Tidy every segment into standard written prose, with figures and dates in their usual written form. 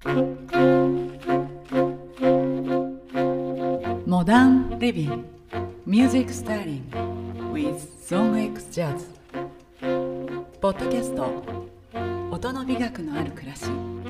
モダンリビングミュージックスタイリング with SongX Jazz ポッドキャスト音の美学のある暮らし。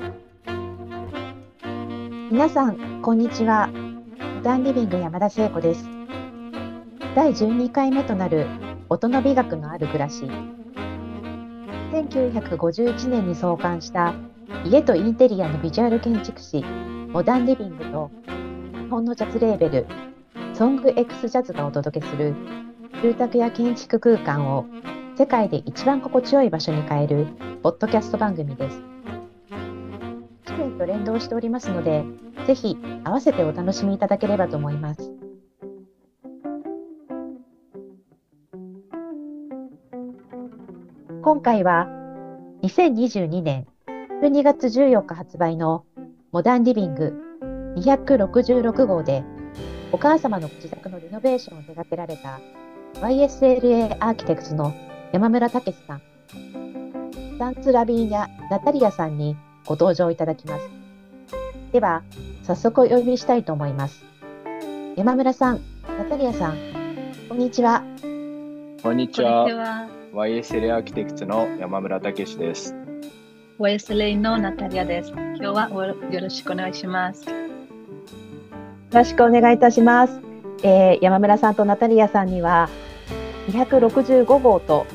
皆さんこんにちは。モダンリビング山田聖子です。第12回目となる音の美学のある暮らし。1951年に創刊した家とインテリアのビジュアル建築誌モダンリビングと日本のジャズレーベルソング X ジャズがお届けする住宅や建築空間を世界で一番心地よい場所に変えるポッドキャスト番組です。試験と連動しておりますので、ぜひ合わせてお楽しみいただければと思います。今回は2022年12月14日発売のモダンリビング266号でお母様のご自宅のリノベーションを手掛けられた YSLA アーキテクツの山村武さん、サンツラビーニャ・ナタリアさんにご登場いただきます。では早速お呼びしたいと思います。山村さん、ナタリアさん、こんにちは。 こんにちは。YSLA アーキテクツの山村武です。 YSLA のナタリアです。今日はよろしくお願いします。 よろしくお願いいたします。山村さんとナタリアさんには265号と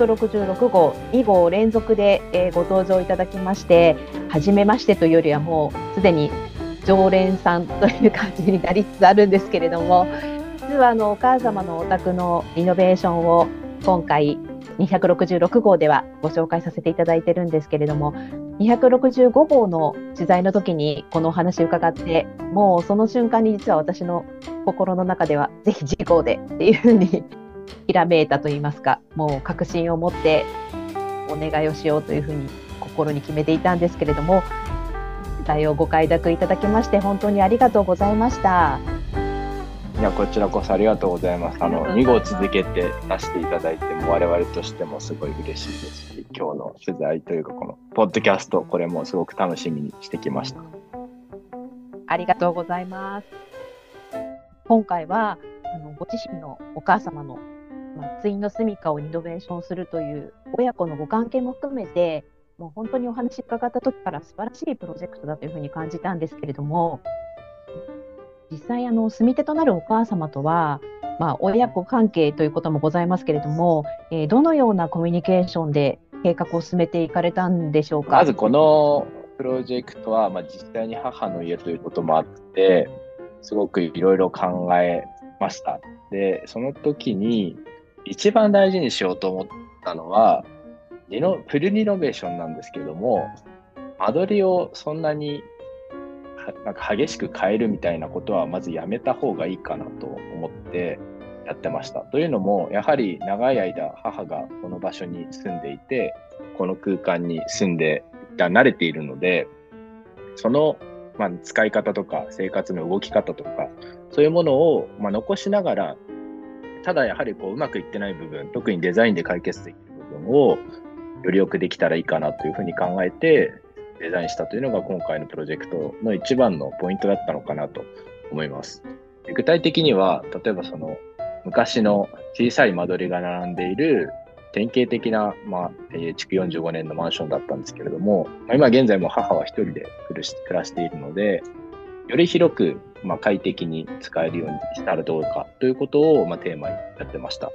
266号2号連続で、ご登場いただきまして、初めましてというよりはもうすでに常連さんという感じになりつつあるんですけれども、実はお母様のお宅のリノベーションを今回266号ではご紹介させていただいてるんですけれども、265号の取材の時にこのお話を伺って、もうその瞬間に実は私の心の中ではぜひ次号でっていうふうにひらめいたといいますか、もう確信を持ってお願いをしようというふうに心に決めていたんですけれども、取材をご快諾いただきまして本当にありがとうございました。 いや、こちらこそありがとうございます。2号続けて出していただいても我々としてもすごい嬉しいですし、今日の取材というかこのポッドキャスト、これもすごく楽しみにしてきました。 ありがとうございます。今回はご自身のお母様の対の住処をリノベーションするという親子のご関係も含めて、もう本当にお話伺った時から素晴らしいプロジェクトだというふうに感じたんですけれども、実際住み手となるお母様とは、親子関係ということもございますけれども、どのようなコミュニケーションで計画を進めていかれたんでしょうか。 まずこのプロジェクトは、実際に母の家ということもあってすごくいろいろ考えました。で、その時に一番大事にしようと思ったのはフルリノベーションなんですけれども、間取りをそんなになんか激しく変えるみたいなことはまずやめた方がいいかなと思ってやってました。というのも、やはり長い間母がこの場所に住んでいて、この空間に住んで慣れているので、その、使い方とか生活の動き方とかそういうものを、残しながら、ただやはりうまくいってない部分、特にデザインで解決できる部分をよりよくできたらいいかなというふうに考えてデザインしたというのが今回のプロジェクトの一番のポイントだったのかなと思います。具体的には、例えばその昔の小さい間取りが並んでいる典型的な、築45年のマンションだったんですけれども、今現在も母は一人で暮らしているので、より広く、快適に使えるようにしたらどうかということを、テーマにやってました。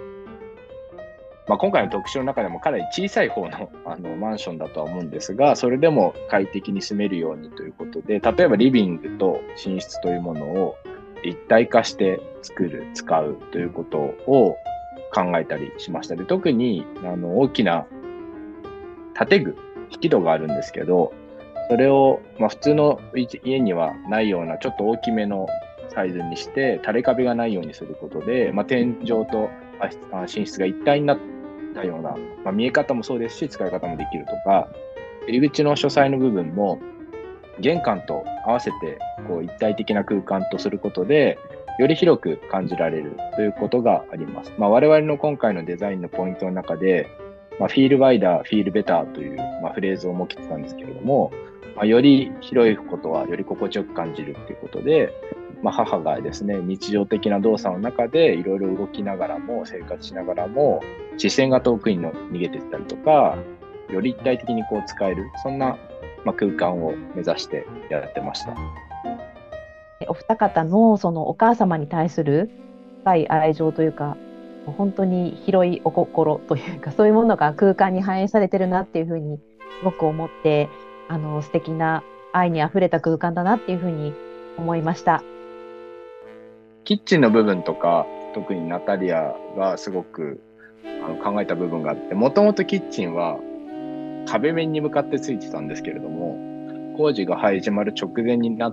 今回の特集の中でもかなり小さい方の、マンションだとは思うんですが、それでも快適に住めるようにということで、例えばリビングと寝室というものを一体化して使うということを考えたりしました。で、特に大きな建具、引き戸があるんですけど、それを、普通の家にはないようなちょっと大きめのサイズにして垂れ壁がないようにすることで、天井と寝室が一体になったような、見え方もそうですし使い方もできるとか、入り口の書斎の部分も玄関と合わせて一体的な空間とすることでより広く感じられるということがあります。我々の今回のデザインのポイントの中でフィールワイダー、フィールベターという、フレーズを設けてたんですけれども、より広いことはより心地よく感じるっていうことで、母がですね、日常的な動作の中でいろいろ動きながらも、生活しながらも、視線が遠くに逃げていったりとか、より一体的に使える、そんな、空間を目指してやってました。 お二方のそのお母様に対する深い愛情というか、本当に広いお心というか、そういうものが空間に反映されてるなっていうふうにすごく思って、素敵な愛にあふれた空間だなっていうふうに思いました。 キッチンの部分とか、特にナタリアがすごく考えた部分があって、もともとキッチンは壁面に向かってついてたんですけれども、工事が始まる直前になって、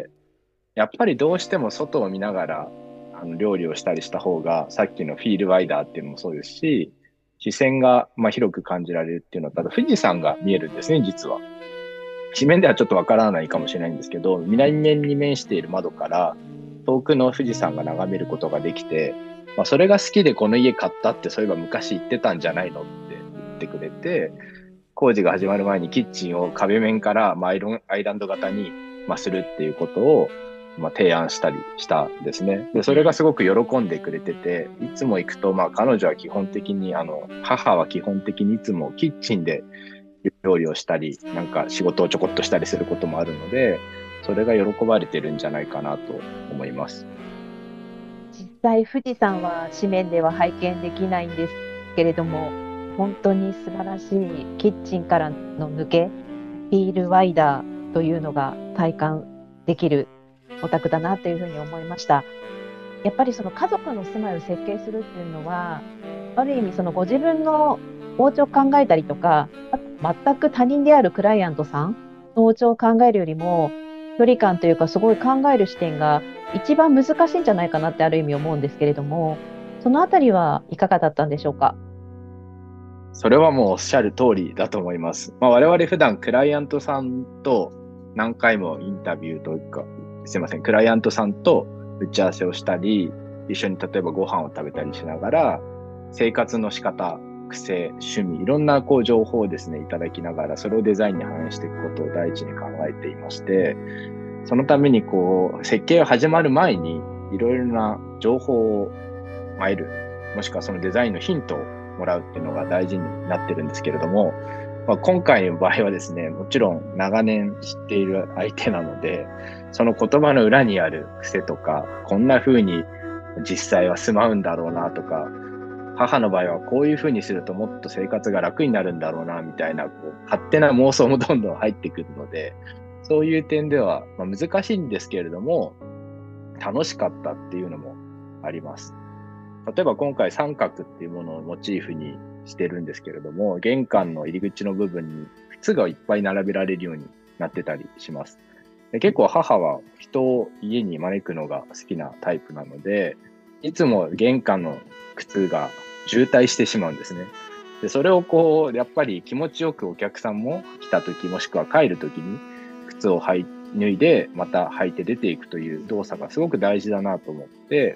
やっぱりどうしても外を見ながら料理をしたりした方が、さっきのフィールワイダーっていうのもそうですし、視線が広く感じられるっていうのは、ただ富士山が見えるんですね、実は。地面ではちょっとわからないかもしれないんですけど、南面に面している窓から遠くの富士山が眺めることができて、それが好きでこの家買ったってそういえば昔言ってたんじゃないのって言ってくれて、工事が始まる前にキッチンを壁面からアイランド型にするっていうことを提案したりしたんですね。で、それがすごく喜んでくれてて、いつも行くと、彼女は基本的に、母は基本的にいつもキッチンで料理をしたり、なんか仕事をちょこっとしたりすることもあるので、それが喜ばれてるんじゃないかなと思います。 実際、富士山は紙面では拝見できないんですけれども、本当に素晴らしいキッチンからの抜け、フィールワイダーというのが体感できるお宅だなというふうに思いました。やっぱりその家族の住まいを設計するっていうのは、ある意味そのご自分のお家を考えたりとか、全く他人であるクライアントさんのお家を考えるよりも、距離感というかすごい考える視点が一番難しいんじゃないかなってある意味思うんですけれども、そのあたりはいかがだったんでしょうか？ それはもうおっしゃる通りだと思います。我々普段クライアントさんと何回もインタビューというか、クライアントさんと打ち合わせをしたり、一緒に例えばご飯を食べたりしながら、生活の仕方、癖、趣味、いろんな情報をですね、いただきながら、それをデザインに反映していくことを第一に考えていまして、そのために設計が始まる前に、いろいろな情報を得る、もしくはそのデザインのヒントをもらうっていうのが大事になってるんですけれども、今回の場合はですね、もちろん長年知っている相手なので、その言葉の裏にある癖とか、こんな風に実際は住まうんだろうなとか、母の場合はこういう風にするともっと生活が楽になるんだろうなみたいな勝手な妄想もどんどん入ってくるので、そういう点では難しいんですけれども、楽しかったっていうのもあります。例えば今回三角っていうものをモチーフにしてるんですけれども、玄関の入り口の部分に靴がいっぱい並べられるようになってたりします。で、結構母は人を家に招くのが好きなタイプなので、いつも玄関の靴が渋滞してしまうんですね。で、それをやっぱり気持ちよくお客さんも来た時もしくは帰る時に靴を脱いでまた履いて出ていくという動作がすごく大事だなと思って、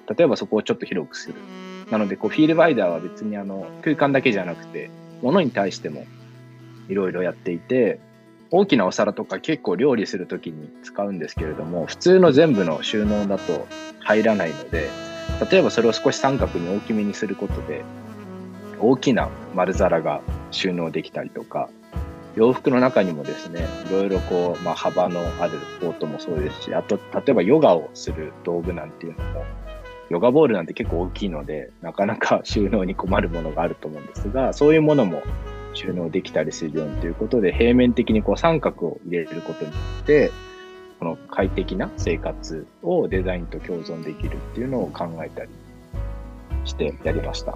例えばそこをちょっと広くする。なのでフィールワイダーは別に空間だけじゃなくて物に対してもいろいろやっていて、大きなお皿とか結構料理するときに使うんですけれども、普通の全部の収納だと入らないので、例えばそれを少し三角に大きめにすることで大きな丸皿が収納できたりとか、洋服の中にもですね、いろいろ幅のあるコートもそうですし、あと例えばヨガをする道具なんていうのも、ヨガボールなんて結構大きいので、なかなか収納に困るものがあると思うんですが、そういうものも収納できたりするようにということで、平面的に三角を入れることによって、この快適な生活をデザインと共存できるっていうのを考えたりしてやりました。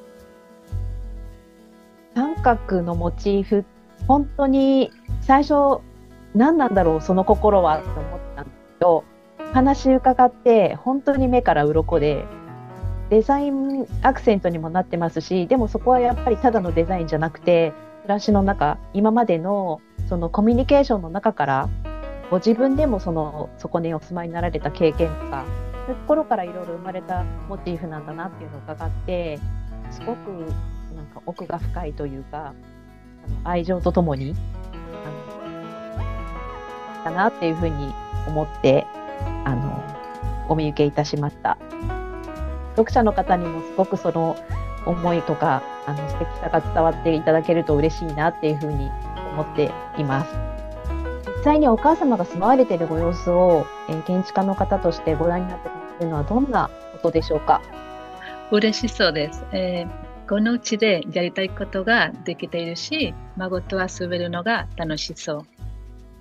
三角のモチーフ、本当に最初何なんだろうその心はと思ったんですけど、話伺って本当に目から鱗で、デザインアクセントにもなってますし、でもそこはやっぱりただのデザインじゃなくて、暮らしの中、今までのそのコミュニケーションの中からご自分でもそこにお住まいになられた経験とか、そういうところからいろいろ生まれたモチーフなんだなっていうのを伺って、すごくなんかか奥が深いというか、愛情とともにだなっていうふうに思ってお見受けいたしました。読者の方にもすごくその思いとか素敵さが伝わっていただけると嬉しいなっていうふうに思っています。実際にお母様が住まわれているご様子を、建築家の方としてご覧になっているのはどんなことでしょうか？ 嬉しそうです。このうちでやりたいことができているし、孫と遊べるのが楽しそう。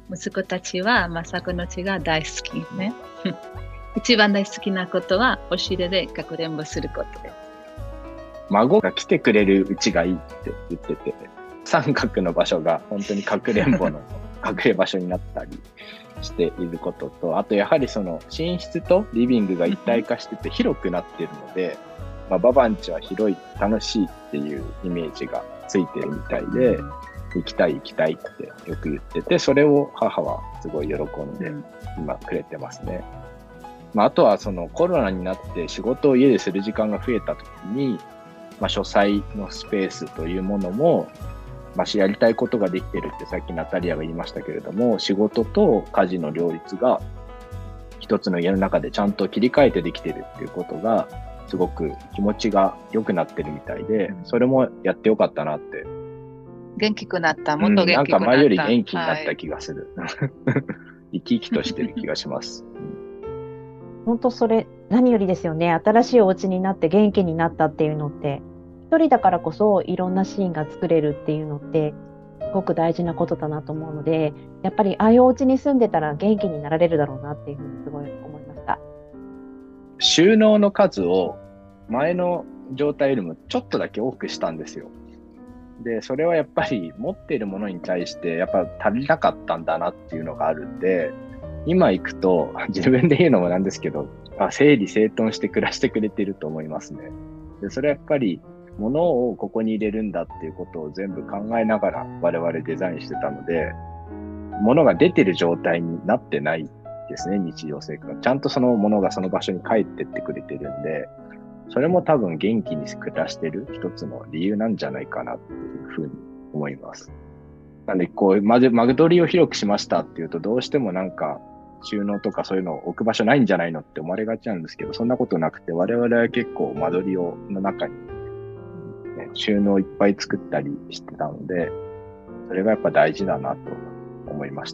息子たちは政子の家が大好きね。一番大好きなことは押し入れでかくれんぼすることです。 孫が来てくれるうちがいいって言ってて、三角の場所が本当にかくれんぼの隠れ場所になったりしていることと、あとやはりその寝室とリビングが一体化してて広くなっているので、ババンチは広い、楽しいっていうイメージがついてるみたいで、行きたいってよく言ってて、それを母はすごい喜んで今くれてますね。あとはそのコロナになって仕事を家でする時間が増えた時に、書斎のスペースというものも、やりたいことができてるってさっきナタリアが言いましたけれども、仕事と家事の両立が一つの家の中でちゃんと切り替えてできてるっていうことがすごく気持ちが良くなってるみたいで、それもやってよかったなって。 元気くなった、もっと元気くなった。 なんか前より元気になった気がする。生き生きとしてる気がします。 本当それ何よりですよね。新しいお家になって元気になったっていうのって、一人だからこそいろんなシーンが作れるっていうのってすごく大事なことだなと思うので、やっぱりああいうお家に住んでたら元気になられるだろうなっていうふうにすごい思いました。 収納の数を前の状態よりもちょっとだけ多くしたんですよ。で、それはやっぱり持っているものに対してやっぱ足りなかったんだなっていうのがあるんで、今行くと自分で言うのもなんですけど、整理整頓して暮らしてくれてると思いますね。で、それはやっぱり物をここに入れるんだっていうことを全部考えながら我々デザインしてたので、物が出てる状態になってないですね、日常生活。ちゃんとその物がその場所に帰ってってくれてるんで、それも多分元気に暮らしてる一つの理由なんじゃないかなっていうふうに思います。なんで間取りを広くしましたっていうと、どうしてもなんか収納とかそういうのを置く場所ないんじゃないのって思われがちなんですけど、そんなことなくて、我々は結構間取りの中に、収納いっぱい作ったりしてたので、それがやっぱ大事だなと思いました。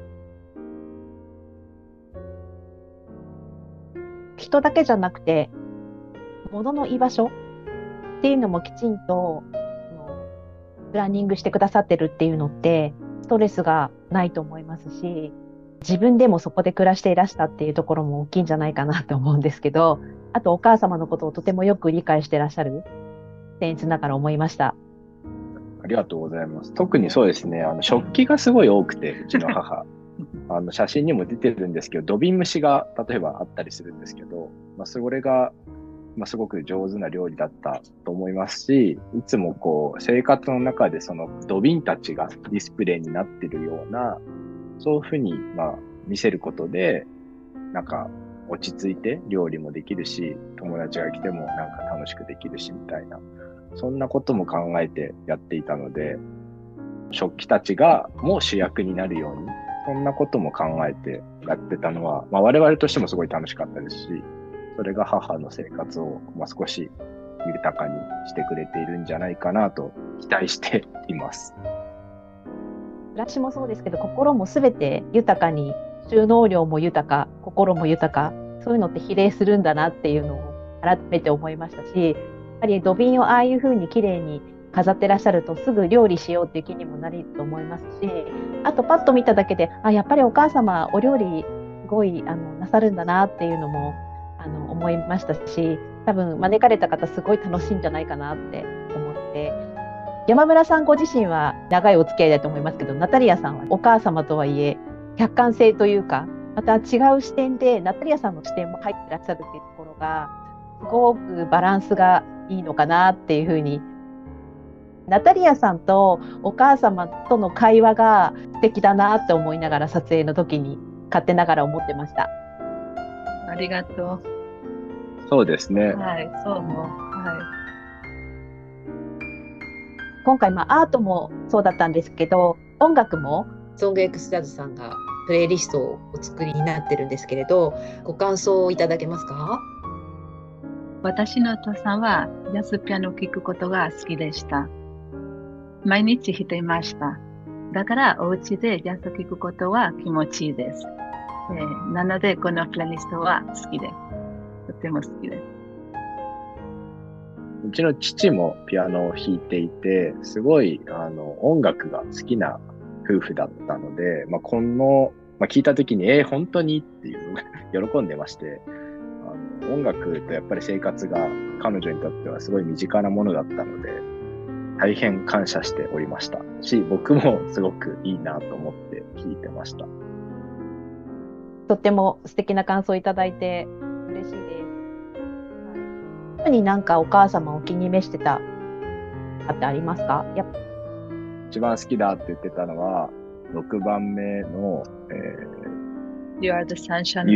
人だけじゃなくて、物の居場所っていうのもきちんとプランニングしてくださってるっていうのって、ストレスがないと思いますし、自分でもそこで暮らしていらしたっていうところも大きいんじゃないかなと思うんですけど、あとお母様のことをとてもよく理解していらっしゃる僭越ながら思いました。 ありがとうございます。特にそうですね、食器がすごい多くて、うちの母。写真にも出てるんですけど、土瓶蒸しが例えばあったりするんですけど、それが、すごく上手な料理だったと思いますし、いつも生活の中でその土瓶たちがディスプレイになってるような、そういうふうに見せることで、なんか落ち着いて料理もできるし、友達が来てもなんか楽しくできるしみたいな、そんなことも考えてやっていたので、食器たちがもう主役になるように、そんなことも考えてやってたのは、我々としてもすごい楽しかったですし、それが母の生活を少し豊かにしてくれているんじゃないかなと期待しています。 暮らしもそうですけど、心もすべて豊かに、収納量も豊か、心も豊か、そういうのって比例するんだなっていうのを改めて思いましたし、やっぱり土瓶をああいう風に綺麗に飾ってらっしゃるとすぐ料理しようっていう気にもなると思いますし、あとパッと見ただけで、やっぱりお母様お料理すごいなさるんだなっていうのも思いましたし、多分招かれた方すごい楽しいんじゃないかなって思って、山村さんご自身は長いお付き合いだと思いますけど、ナタリアさんはお母様とはいえ客観性というか、また違う視点でナタリアさんの視点も入ってらっしゃるっていうところがすごくバランスがいいのかなっていうふうに、ナタリアさんとお母様との会話が素敵だなって思いながら撮影の時に勝手ながら思ってました。 ありがとう。 そうですね。 はい、そう思う。 今回アートもそうだったんですけど、音楽もソングエクスジャズさんがプレイリストをお作りになってるんですけれど、ご感想をいただけますか？ 私のお父さんはジャズピアノを聴くことが好きでした。毎日弾いていました。だからお家でジャズを聴くことは気持ちいいです。なのでこのプレイリストは好きです。とても好きです。 うちの父もピアノを弾いていて、すごい音楽が好きな夫婦だったので、聞いたときに本当にっていう喜んでまして、音楽とやっぱり生活が彼女にとってはすごい身近なものだったので、大変感謝しておりましたし、僕もすごくいいなと思って弾いてました。 とっても素敵な感想いただいて嬉しいです。特になんかお母様お気に召してたってありますか？ 一番好きだって言ってたのは6番目の、 You are the sunshine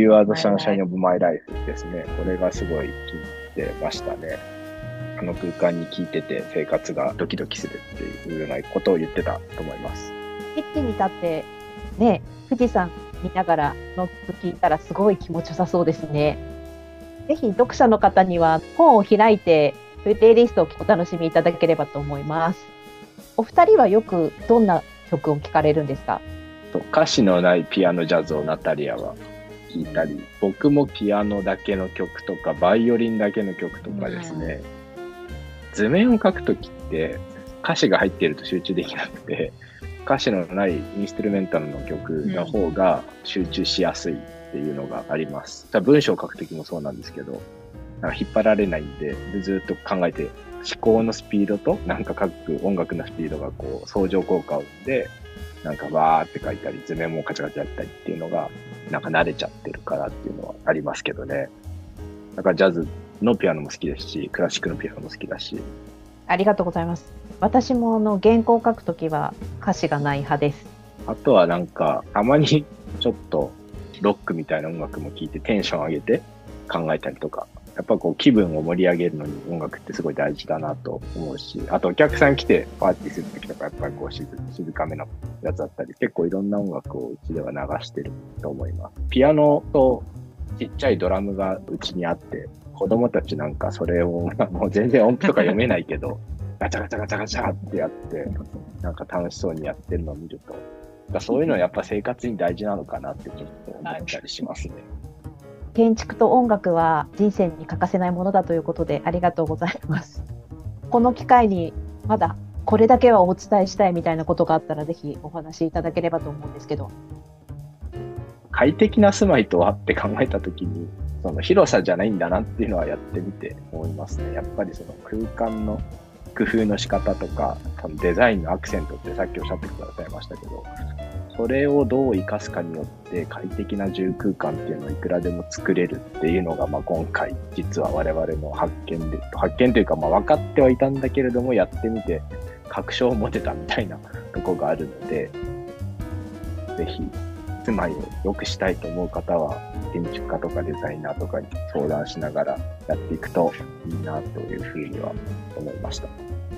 of my life ですね。これがすごい気に入ってましたね。あの空間に聴いてて生活がドキドキするっていうようなことを言ってたと思います。 キッチンに立ってね、富士山見ながらの曲聴いたらすごい気持ちよさそうですね。ぜひ読者の方には本を開いてプレイリストをお楽しみいただければと思います。お二人はよくどんな曲を聴かれるんですか？ 歌詞のないピアノジャズをナタリアは聴いたり、僕もピアノだけの曲とかバイオリンだけの曲とかですね、図面を書くときって歌詞が入っていると集中できなくて、歌詞のないインストゥルメンタルの曲の方が集中しやすいっていうのがあります。文章を書くときもそうなんですけど、引っ張られないんで、ずっと考えて、思考のスピードと書く音楽のスピードが相乗効果を生んで、わーって書いたり、図面もカチャカチャやったりっていうのが、慣れちゃってるからっていうのはありますけどね。ジャズのピアノも好きですし、クラシックのピアノも好きだし。 ありがとうございます。私も原稿を書くときは歌詞がない派です。 あとはたまにちょっとロックみたいな音楽も聴いてテンション上げて考えたりとか、やっぱ気分を盛り上げるのに音楽ってすごい大事だなと思うし、あとお客さん来てパーティーするときとかやっぱり静かめのやつだったり、結構いろんな音楽をうちでは流してると思います。ピアノとちっちゃいドラムがうちにあって、子供たちそれをもう全然音符とか読めないけど、ガチャガチャガチャガチャってやって、楽しそうにやってるのを見ると、そういうのはやっぱ生活に大事なのかなってちょっと思ったりしますね。 建築と音楽は人生に欠かせないものだということでありがとうございます。この機会にまだこれだけはお伝えしたいみたいなことがあったらぜひお話しいただければと思うんですけど。 快適な住まいとはって考えたときに、その広さじゃないんだなっていうのはやってみて思いますね。やっぱりその空間の工夫の仕方とか、デザインのアクセントってさっきおっしゃってくださいましたけど、それをどう活かすかによって快適な住空間っていうのをいくらでも作れるっていうのが、今回実は我々の発見というか、分かってはいたんだけれども、やってみて確証を持てたみたいなとこがあるので、ぜひ住まいを良くしたいと思う方は建築家とかデザイナーとかに相談しながらやっていくといいなというふうには思いました。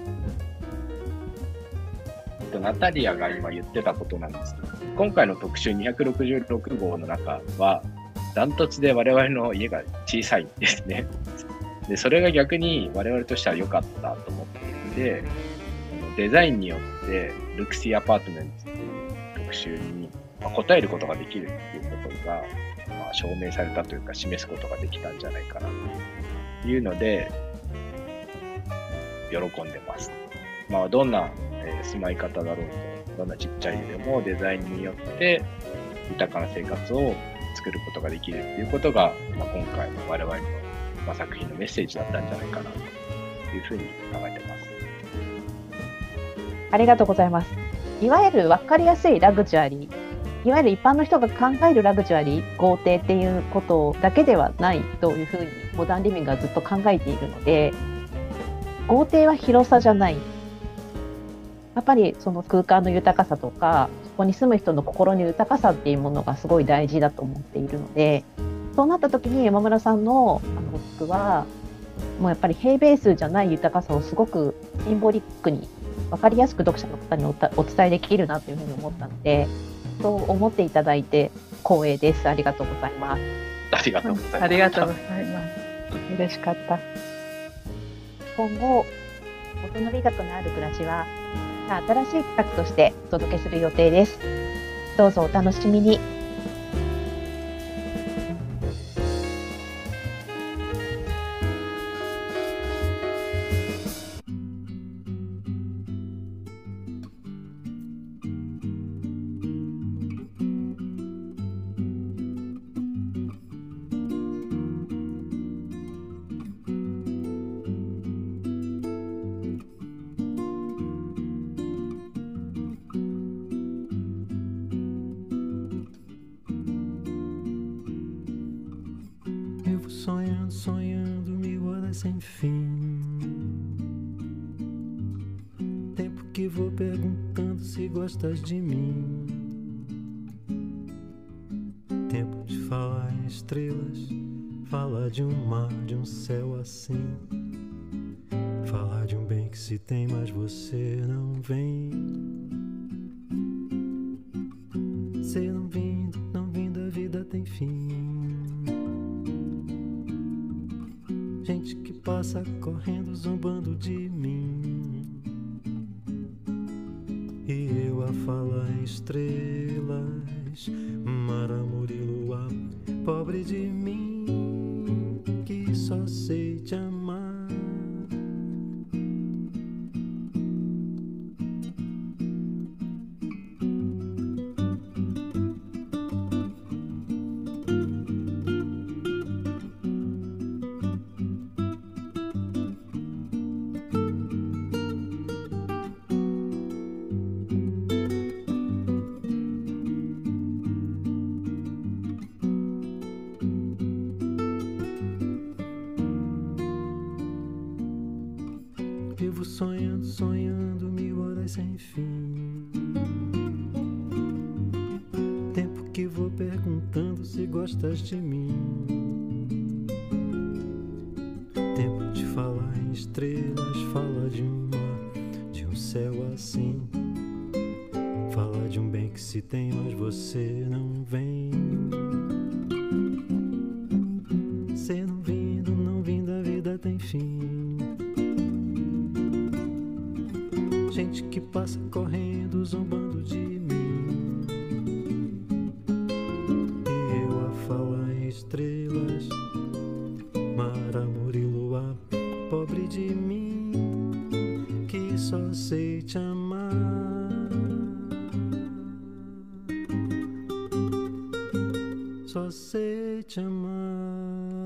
ナタリアが今言ってたことなんですけど、今回の特集266号の中はダントツで我々の家が小さいんですね。で、それが逆に我々としては良かったと思っているので、デザインによってルクシーアパートメントという特集に応えることができるっていうことが、証明されたというか示すことができたんじゃないかなというので喜んでます。どんな住まい方だろうと、どんなちっちゃい家でもデザインによって豊かな生活を作ることができるっていうことが、今回の我々の、作品のメッセージだったんじゃないかなというふうに考えてます。 ありがとうございます。いわゆる分かりやすいラグジュアリー、いわゆる一般の人が考えるラグジュアリー、豪邸っていうことだけではないというふうにモダンリビングはずっと考えているので、豪邸は広さじゃない、やっぱりその空間の豊かさとか、そこに住む人の心の豊かさっていうものがすごい大事だと思っているので、そうなった時に山村さんのお宅はもうやっぱり平米数じゃない豊かさをすごくシンボリックに分かりやすく読者の方にお伝えできるなというふうに思ったので、そう思っていただいて光栄です。ありがとうございます。 ありがとうございます。 ありがとうございます。嬉しかった。 今後、音の美学のある暮らしは新しい企画としてお届けする予定です。どうぞお楽しみに。 Eu vou sonhando, sonhando 1000 horas sem fim. Tempo que vou perguntando se gostas de mim. Tempo de falar em estrelas, falar de um mar, de um céu assim. Falar de um bem que se tem, mas você não vem. Você não vindo, a vida tem fim. Gente que passa correndo, zombando de mim. E eu a falar em estrelas, mar, amor e lua. Pobre de mim, que só sei te amar. Vivo sonhando, sonhando 1000 horas sem fim. Tempo que vou perguntando se gostas de mim. Tempo de falar em estrelas, fala de um mar, de um céu assim. Fala de um bem que se tem, mas você não vem. Você não vindo, a vida tem fim. Gente que passa correndo, zombando de mim. E eu a falar em estrelas, mar, amor e lua. Pobre de mim, que só sei te amar. Só sei te amar.